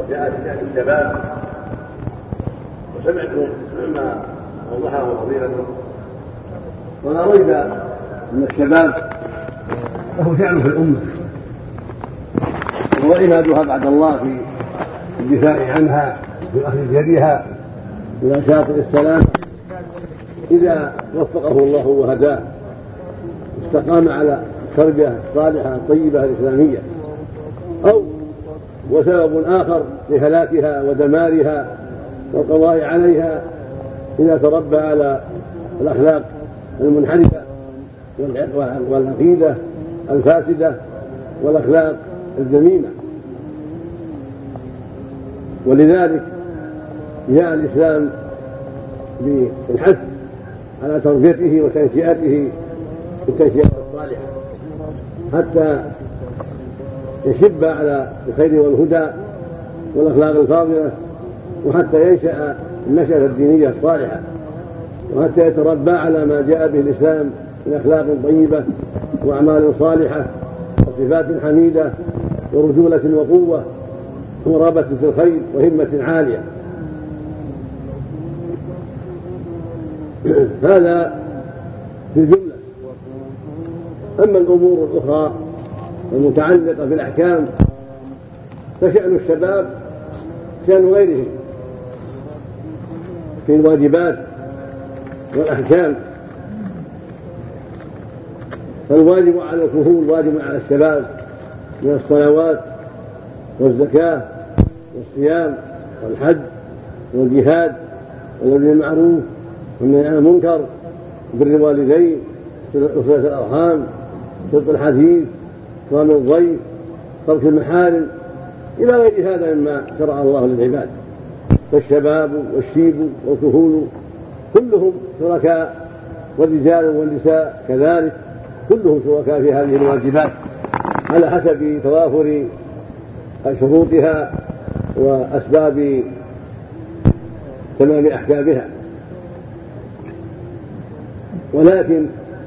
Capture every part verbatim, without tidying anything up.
جاء في شأن الشباب وسمعتم مما أوضحه فضيلته. ولا ريب أن الشباب له شأن في الأمة وعمادها بعد الله في الدفاع عنها في أخذ يدها إلى شاطئ السلام إذا وفقه الله وهداه استقام على التربية الصالحة الطيبة الإسلامية، أو وسبب آخر لهلاكها ودمارها والقضاء عليها إذا تربى على الأخلاق المنحرفة والعقيدة الفاسدة والأخلاق الذميمة. ولذلك جاء الإسلام بالحث على تربيته وتنشئته بالتنشئة الصالحة حتى يشب على الخير والهدى والأخلاق الفاضلة، وحتى ينشأ النشأة الدينية الصالحة، وحتى يتربى على ما جاء به الإسلام من أخلاق طيبة وأعمال صالحة وصفات حميدة ورجولة وقوة ورغبة في الخير وهمة عالية. هذا في الجملة. أما الأمور الأخرى المتعلقة بالأحكام فشأن الشباب شأن غيرهم في الواجبات والأحكام. فالواجب على الكهول واجب على الشباب من الصلوات والزكاة والصيام والحج والجهاد والأمر بالمعروف والنهي عن المنكر وبر الوالدين وصلة الأرحام صدق الحديث إكرام الضيف ترك المحارم إلى غير هذا مما شرع الله للعباد. فالشباب والشيب والكهول كلهم شركاء، والرجال والنساء كذلك كلهم شركاء في هذه الواجبات على حسب توافر شروطها وأسباب تمام أحكامها. ولكن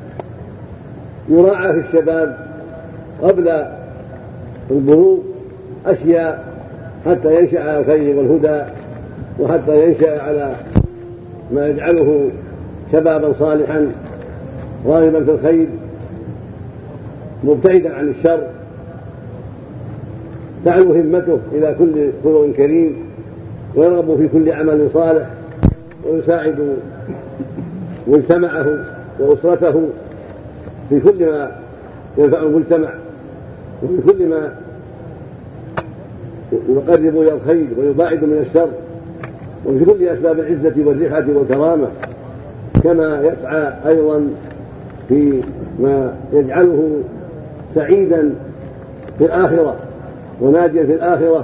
يراعى في الشباب قبل البلوغ أشياء حتى ينشأ على الخير والهدى، وحتى ينشأ على ما يجعله شبابا صالحا راغبا في الخير مبتعدا عن الشر، تعلو همته إلى كل خلق كريم ويرغب في كل عمل صالح ويساعد مجتمعه وأسرته في كل ما ينفع المجتمع وفي كل ما يقرب إلى الخير ويباعد من الشر وفي كل أسباب العزة والرفعة والكرامة، كما يسعى أيضا في ما يجعله سعيدا في الآخرة وناجيا في الآخرة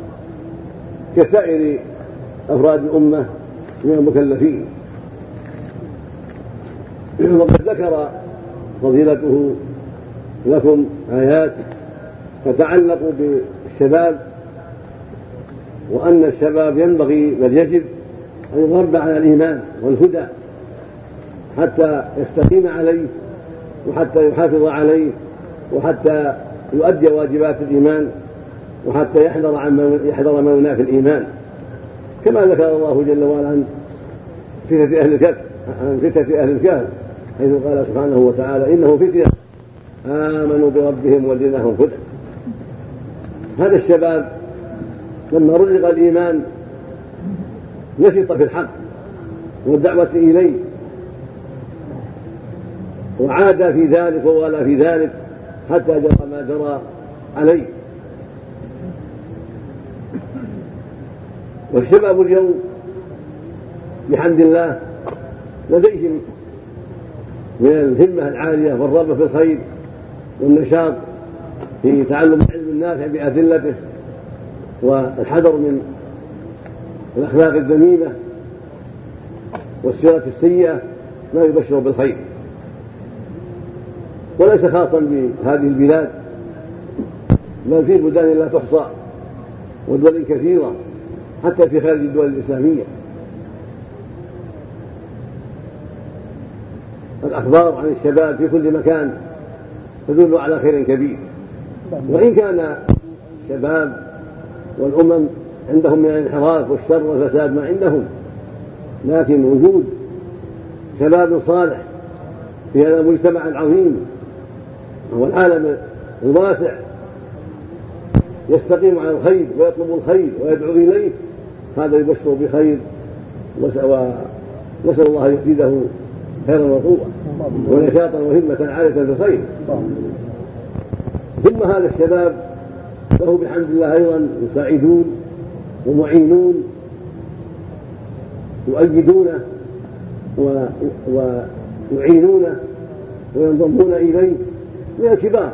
كسائر أفراد الأمة من المكلفين. وقد ذكر فضيلته لكم آيات تتعلق بالشباب، وأن الشباب ينبغي بل يجب أن يربى على الإيمان والهدى حتى يستقيم عليه وحتى يحافظ عليه وحتى يؤدي واجبات الإيمان وحتى يحذر عن يحذر ما ينافي الإيمان، كما ذكر الله جل وعلا عن فتنة أهل الكهف عن فتنة أهل الكهف حيث قال سبحانه وتعالى إنه فتنة آمنوا بربهم وزدناهم هدى. هذا الشباب لما رزق الإيمان نشط في الحق والدعوة إليه وعاد في ذلك ووالى في ذلك حتى جرى ما جرى عليه. والشباب اليوم بحمد الله لديهم من الهمة العالية والرغبة في الخير والنشاط في تعلم العلم النافع بأدلته والحذر من الأخلاق الذميمة والسيرة السيئة ما يبشر بالخير. وليس خاصا بهذه البلاد بل في بلدان لا تحصى ودول كثيرة حتى في خارج الدول الإسلامية. الأخبار عن الشباب في كل مكان تدل على خير كبير، وإن كان الشباب والأمم عندهم من الانحراف والشر والفساد ما عندهم، لكن وجود شباب صالح في هذا المجتمع العظيم وهو العالم الواسع يستقيم على الخير ويطلب الخير ويدعو إليه، هذا يبشر بخير، ونسأل الله أن يزيده خيرا وقوة ونشاطا وهمة عالية في الخير. ثم هذا الشباب له بحمد الله أيضا يساعدون ومعينون يؤيدونه ويعينونه وينضمون إليه من الكبار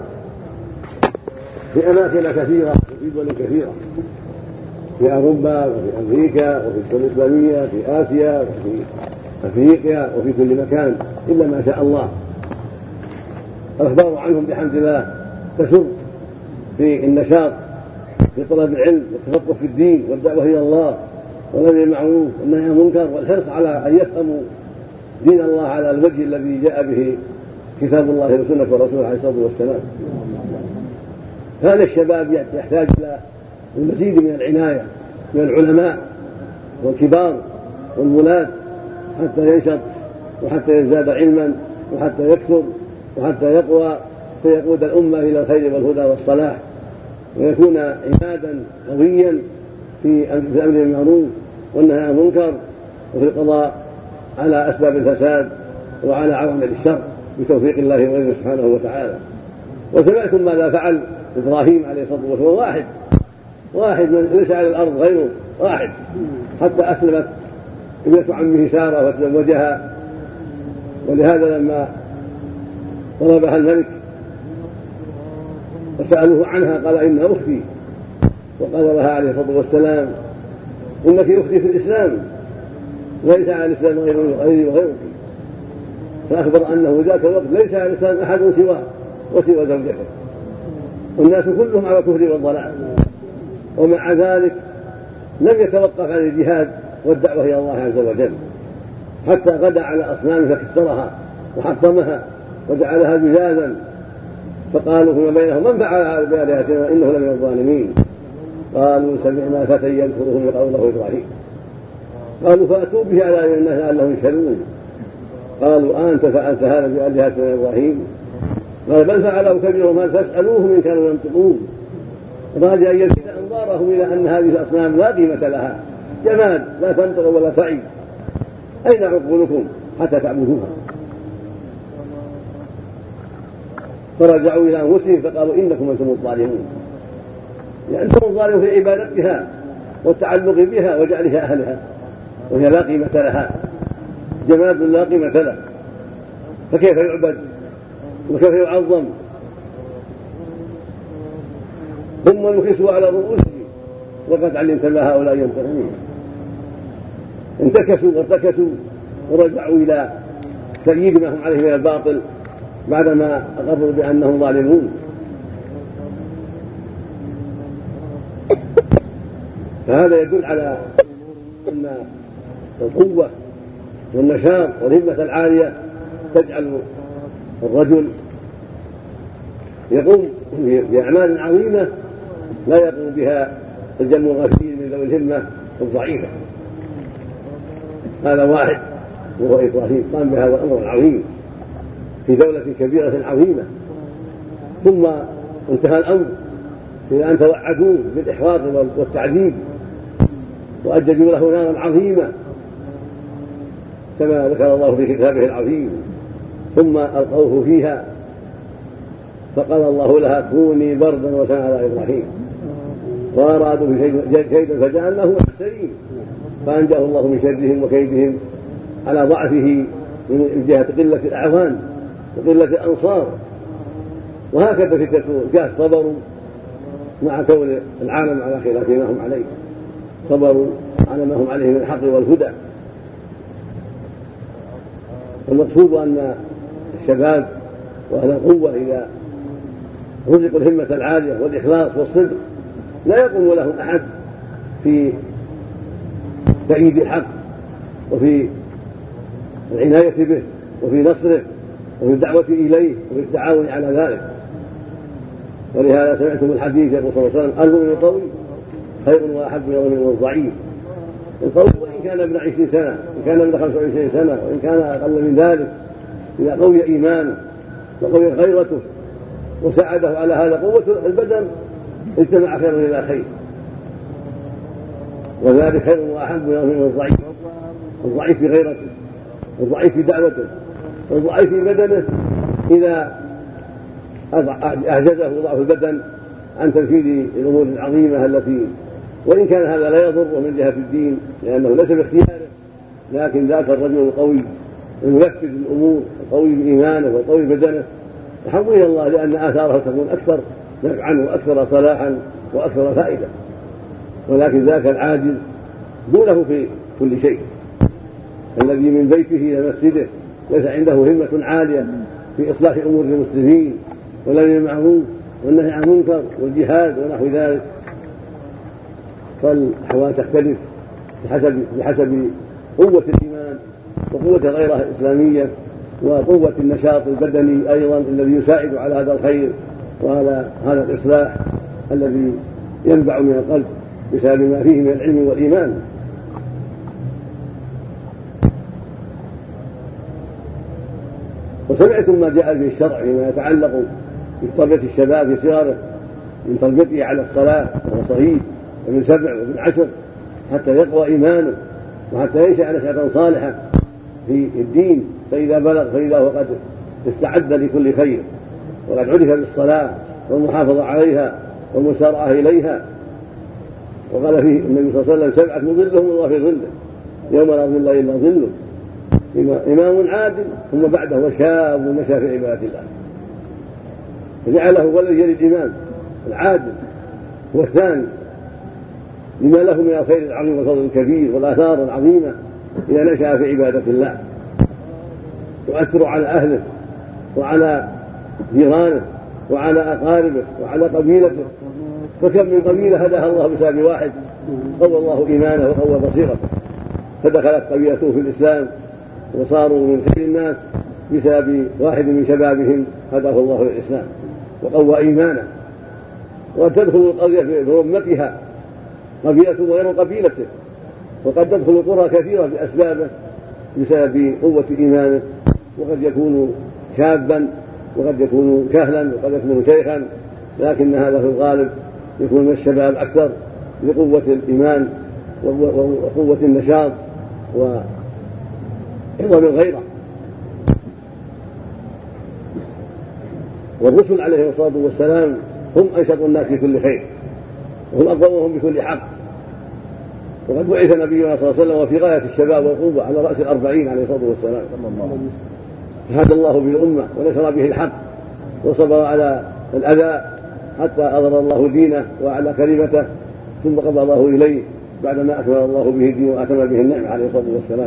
في أماكن كثيرة وفي دول كثيرة، في أوروبا وفي أمريكا وفي الدول الإسلامية، في آسيا وفي أفريقيا وفي كل مكان إلا ما شاء الله. الأخبار عنهم بحمد الله تسر في النشاط في طلب العلم والتفقه في الدين والدعوة إلى الله والأمر بالمعروف والنهي عن المنكر والحرص على أن يفهموا دين الله على الوجه الذي جاء به كتاب الله وسنة ورسوله عليه الصلاة والسلام. هذا الشباب يحتاج إلى المزيد من العناية من العلماء والكبار والولاة حتى ينشط وحتى يزداد علما وحتى يكثر وحتى يقوى فيقود الأمة إلى الخير والهدى والصلاح، ويكون عمادا قويا في الأمر بالمعروف والنهي عن المنكر وفي القضاء على أسباب الفساد وعلى عوامل الشر بتوفيق الله وإذنه سبحانه وتعالى. وسمعتم ماذا فعل إبراهيم عليه الصلاة والسلام، واحد واحد من ليس على الأرض غيره، واحد حتى أسلمت ابنة عمه سارة وتزوجها، ولهذا لما طلبها الملك وسألوه عنها قال إنها أختي، وقال لها عليه الصلاة والسلام إنك أختي في الإسلام ليس على الإسلام غيري وغيرك، فأخبر أنه ذاك الوقت ليس على الإسلام أحد سواه وسوى زوجته، والناس كلهم على الكفر والضلال، ومع ذلك لم يتوقف عن الجهاد والدعوة إلى الله عز وجل حتى غدا على أصنام فكسرها وحطمها وجعلها جزازا، فقالوا فيما بينهم من فعل هذا بآلهتنا إنه لمن الظالمين، قالوا سمعنا فتى يذكرهم قوله إبراهيم، قالوا فأتوا به على أن الناس لعلهم يشهدون، قالوا أنت فعلت هذا بآلهتنا إبراهيم، قال بل فعله كبيرهم هذا فاسألوهم إن كانوا ينطقون، أراد أن يلفت أنظارهم إلى أن هذه الأصنام لا قيمة لها، جماد لا تنطق ولا تعي، أين عقولكم حتى تعبدوها؟ فرجعوا إلى أنفسهم فقالوا إنكم أنتم الظالمون، يعني أنتم الظالمون في عبادتها والتعلق بها وجعلها أهلها، وهي لا قيمة لها، جماد لا قيمة له، فكيف يعبد وكيف يعظم؟ ثم نكسوا على رؤوسهم وقد علمت ما هؤلاء ينطقون، انتكسوا وارتكسوا ورجعوا إلى تأييد ما هم عليه من الباطل بعدما أقروا بأنهم ظالمون. فهذا يدل على أن القوة والنشاط والهمة العالية تجعل الرجل يقوم بأعمال عظيمة لا يقوم بها الجم الغفير من ذوي الهمة الضعيفة. هذا واحد وهو إبراهيم قام بهذا الأمر العظيم في دولة كبيرة عظيمة، ثم انتهى الأمر إلى أن توعدوه بالإحراق والتعذيب وأجدوا له نارا عظيمة كما ذكر الله في كتابه العظيم، ثم ألقوه فيها فقال الله لها كوني بردا وسلاما على إبراهيم، وأرادوا كيدا فجعلناه أخسرين، فأنجاه الله من شرهم وكيدهم على ضعفه من جهة قلة الأعوان وقلة الأنصار. وهكذا فتنة الكهف صبروا مع كون العالم على خلاف ما هم عليه، صبروا على ما هم عليه من الحق والهدى. المقصود أن الشباب وأهل القوة إذا رزقوا الهمة العالية والإخلاص والصدق لا يقوم لهم أحد في تأييد الحق وفي العناية به وفي نصره وفي الدعوة إليه وفي التعاون على ذلك. ولهذا سمعتم الحديث يقول صلى الله عليه وسلم المؤمن القوي خير وأحب إلى الله من الضعيف. القوي وإن كان ابن عشرين سنة، إن كان ابن خمسة وعشرين سنة، وإن كان أقل من ذلك، إذا قوي إيمانه وقوي غيرته وساعده على هذا قوة البدن اجتمع خير إلى خير، وذلك خير وأحب إلى الله من الضعيف. الضعيف في غيرته، الضعيف في دعوته، الضعيف في بدنه إذا أعجزه ضعف البدن عن تنفيذ الأمور العظيمة التي، وإن كان هذا لا يضره من جهة الدين لأنه ليس باختياره، لكن ذاك الرجل القوي المنفذ الأمور القوي بإيمانه والقوي بدنه أحب إلى الله، لأن آثاره تكون أكثر نفعا وأكثر صلاحا وأكثر فائدة. ولكن ذاك العاجز دونه في كل شيء، الذي من بيته إلى مسجده ليس عنده همة عالية في إصلاح أمور المسلمين والأمر بالمعروف والنهي عن المنكر والجهاد ونحو ذلك، فالأحوال تختلف بحسب بحسب قوة الإيمان وقوة الغيرة الإسلامية وقوة النشاط البدني أيضا الذي يساعد على هذا الخير وعلى هذا الإصلاح الذي ينبع من القلب بسبب ما فيه من العلم والإيمان. وسمعتم ما جاء به الشرع فيما يتعلق بتربية الشباب في صغره، من تربيته على الصلاة وهو صغير ومن سبع ومن عشر حتى يقوى إيمانه وحتى ينشأ نشأة صالحة في الدين، فإذا بلغ فإذا هو قد استعد لكل خير وقد عرف بالصلاة والمحافظة عليها والمسارعة إليها. وقال فيه النبي صلى الله عليه وسلم: سبعة مظلهم الله في ظله يوم لا ظل إلا ظله، إمام عادل ثم بعده شاب نشأ في عبادة الله، فجعله هو الذي يلي الإمام العادل هو الثاني لما له من الخير العظيم والفضل الكبير والآثار العظيمة إذا نشأ في عبادة الله، يؤثر على أهله وعلى جيرانه وعلى أقاربه وعلى قبيلته. فكم من قبيلة هداها الله بسبب واحد قوى الله إيمانه وقوى بصيرته، فدخلت قبيلته في الإسلام وصاروا من خير الناس بسبب واحد من شبابهم هداه الله للإسلام وقوى إيمانه. وتدخل القرية برمتها قبيلة غير قبيلته، وقد تدخل قرى كثيرة بأسبابه بسبب قوة إيمانه، وقد يكون شابا وقد يكون كهلا وقد يكون شيخا، لكن هذا في الغالب يكون من الشباب أكثر لقوة الإيمان وقوة النشاط وعظم الغيرة. والرسل عليه الصلاة والسلام هم أنشط الناس في كل خير وهم أقومهم بكل حق، وقد بعث نبينا صلى الله عليه وسلم وفي غاية الشباب والقوة على رأس الأربعين عليه الصلاة والسلام، فهدى الله به الأمة ونشر به الحق وصبر على الأذى حتى أظهر الله دينه وعلى كلمته، ثم قضى الله إليه بعدما أكمل الله به الدين وأتم به النعمة عليه الصلاة والسلام.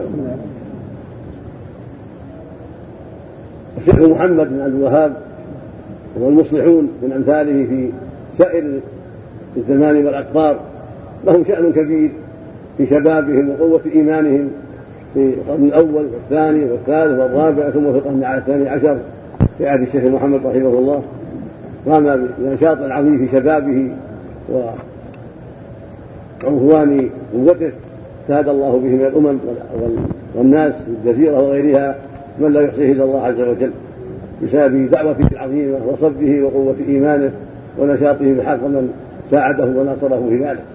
الشيخ محمد بن عبد الوهاب والمصلحون من أمثاله في سائر الزمان والأقطار لهم شأن كبير في شبابهم وقوة إيمانهم في القرن الأول والثاني والثالث والرابع ثم في القرن الثاني عشر في عهد الشيخ محمد رحمه الله، قام بنشاط عظيم في شبابه وعنفوان قوته، فهدى الله به من الأمم والناس في الجزيرة وغيرها من لا يحصيه إلا الله عز وجل بسبب دعوته العظيمة وصبه وقوة إيمانه ونشاطه بالحق ومن ساعده وناصره في ذلك.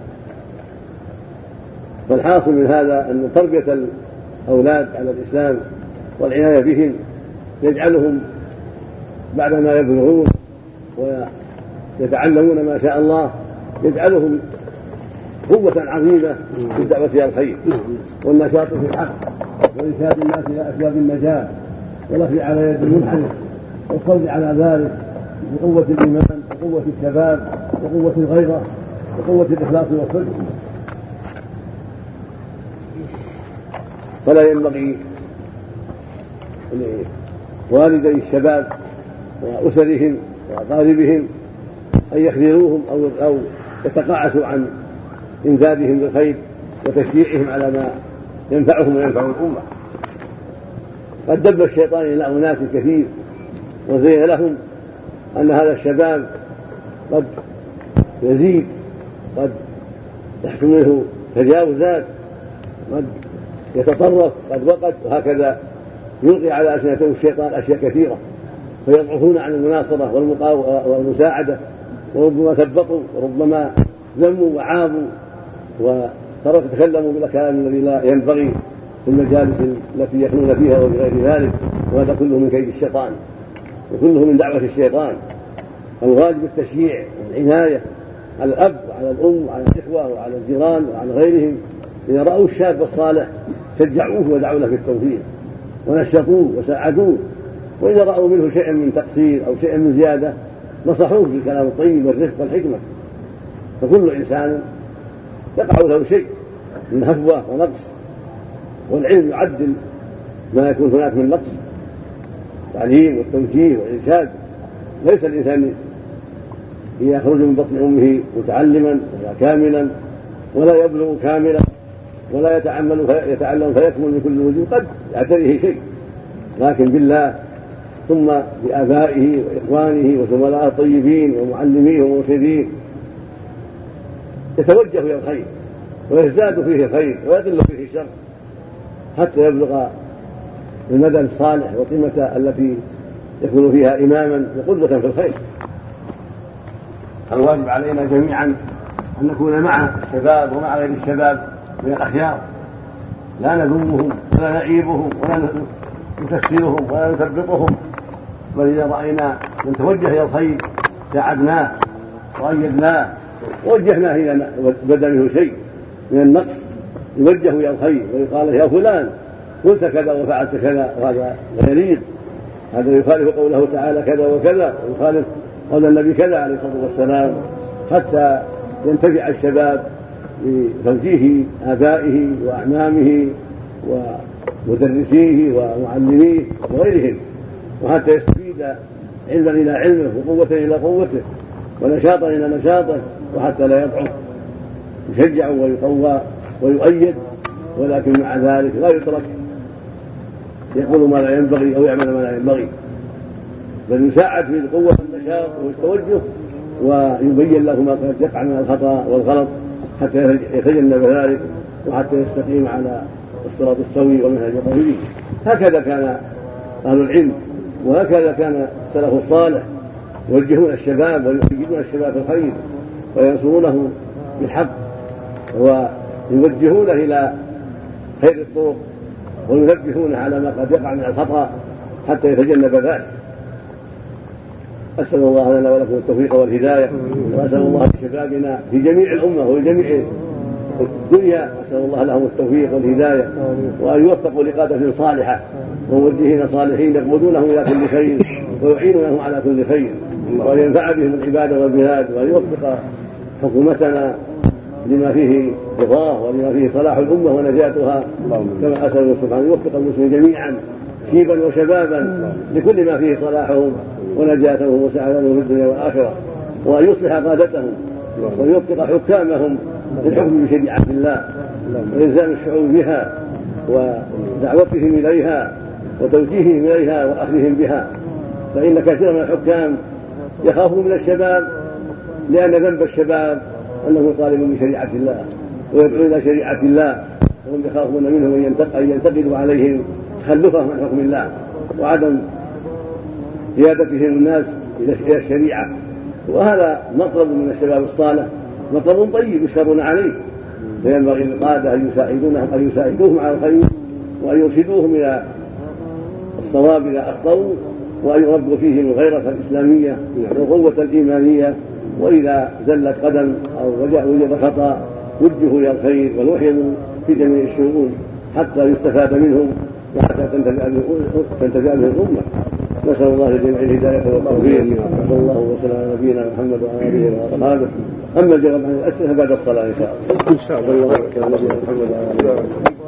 فالحاصل من هذا أن تربية الأولاد على الإسلام والعناية بهم يجعلهم بعدما يبلغون ويتعلمون ما شاء الله يجعلهم قوة عظيمة في الدعوة إلى الخير والنشاط في الحق وإرشاد الناس إلى أسباب النجاة والأخذ على يد المنحرف والصبر على ذلك بقوة الإيمان وقوة الشباب وقوة الغيرة وقوة الإخلاص والصدق. فلا ينبغي لوالدي الشباب وأسرهم وأقاربهم أن يخذلوهم أو أو يتقاعسوا عن إمدادهم بالخير وتشجيعهم على ما ينفعهم وينفع الأمة. قد دب الشيطان إلى أناس كثير وزين لهم أن هذا الشباب قد يزيد قد يحصل منه تجاوزات، قد يتطرف، قد وقد، وهكذا يلقي على ألسنتهم الشيطان أشياء كثيرة فيضعفون عن المناصرة والمساعدة، وربما ثبطوا وربما ذموا وعابوا وتكلموا بالكلام الذي لا ينبغي في المجالس التي يخلون فيها وبغير ذلك، وهذا كله من كيد الشيطان وكله من دعوة الشيطان. الواجب التشجيع والعناية على الأب وعلى الأم وعلى الإخوة وعلى الجيران وعلى غيرهم، إذا رأوا الشاب الصالح شجعوه ودعوا له بالتوفيق ونشطوه وساعدوه، وإذا رأوا منه شيئا من تقصير أو شيئا من زيادة نصحوه بالكلام الطيب والرفق والحكمة. فكل إنسان يقع له شيء من هفوة ونقص، والعلم يعدل ما يكون هناك من نقص، التعليم والتوجيه والإرشاد. ليس الإنسان يخرج من بطن أمه متعلما ولا كاملا ولا يبلغ كاملا ولا يتعلم يتعلم فيكمل بكل وجوه، قد يعتريه شيء، لكن بالله ثم بآبائه وإخوانه وزملائه الطيبين ومعلميه ومرشدين يتوجه إلى الخير ويزداد فيه الخير ويقل فيه الشر حتى يبلغ المدى الصالح والقيمة التي يكون فيها إماما وقدوة في الخير. الواجب علينا جميعا أن نكون مع الشباب ومع غير الشباب من الأخيار، لا نذمهم ولا نعيبهم ولا نكسرهم ولا نثبطهم، بل إذا رأينا من توجه إلى الخير ساعدناه وأيدناه ووجهناه إلى بدا منه شيء من النقص يوجه إلى الخير ويقال يا فلان قلت كذا وفعلت كذا، وهذا لا يليق، هذا يخالف قوله تعالى كذا وكذا، ويخالف قول النبي كذا عليه الصلاة والسلام، حتى ينتفع الشباب بتوجيه آبائه وأعمامه ومدرسيه ومعلميه وغيرهم، وحتى يستفيد علما إلى علمه وقوة إلى قوته ونشاطا إلى نشاطه، وحتى لا يضعف يشجع ويقوى ويؤيد، ولكن مع ذلك لا يترك يقول ما لا ينبغي أو يعمل ما لا ينبغي، بل يساعد في القوة والنشاط والتوجه ويبين له ما قد يقع من الخطأ والغلط حتى يتجنب ذلك وحتى يستقيم على الصراط السوي والمنهج الطويل. هكذا كان أهل العلم وهكذا كان السلف الصالح يوجهون الشباب ويؤيدون الشباب في الخير وينصرونه بالحق ويوجهونه إلى خير الطرق وينبهونه على ما قد يقع من الخطأ حتى يتجنب ذلك. أسأل الله لنا ولكم التوفيق والهداية، وأسأل الله لشبابنا في جميع الأمة وفي جميع الدنيا، أسأل الله لهم التوفيق والهداية وأن يوفقوا لقادة صالحة وموجهين صالحين يقودونهم إلى كل خير ويعينونهم على كل خير، وأن ينفع بهم العباد والبلاد، وأن يوفق حكومتنا لما فيه رضاه ولما فيه صلاح الأمة ونجاتها، كما أسأل الله سبحانه يوفق المسلمين جميعا شيبا وشبابا لكل ما فيه صلاحهم ونجاتهم وسعادتهم في الدنيا والآخرة، وأن يصلح قادتهم ويوفق حكامهم للحكم بشريعة الله وإلزام الشعوب بها ودعوتهم إليها وتوجيههم إليها وأخذهم بها، فإن كثير من الحكام يخافون من الشباب لأن ذنب الشباب أنه طالب بشريعة الله ويدعو إلى شريعة الله، وهم يخافون منهم أن ينتقدوا عليهم تخلفهم عن حكم الله وعدم قيادتهم الناس إلى الشريعة. وهذا مطلب من الشباب الصالح، مطلب طيب يشكرون عليه، فينبغي للقادة أن يساعدونهم أن يساعدوهم على الخير وأن يرشدوهم إلى الصواب إذا أخطأوا، وأن يربوا فيهم الغيرة الإسلامية والقوة الإيمانية، وإذا زلت قدم أو وجد خطأ وجهوا إلى الخير ولوحظوا في جميع الشؤون حتى يستفاد منهم وحتى تنتفع به الأمة. نسأل الله لجميع الهداية والتوفيق، صلى الله وسلم على نبينا محمد وعلى آله وأصحابه. أما الجواب عن الأسئلة بعد الصلاة إن شاء الله. إن شاء الله.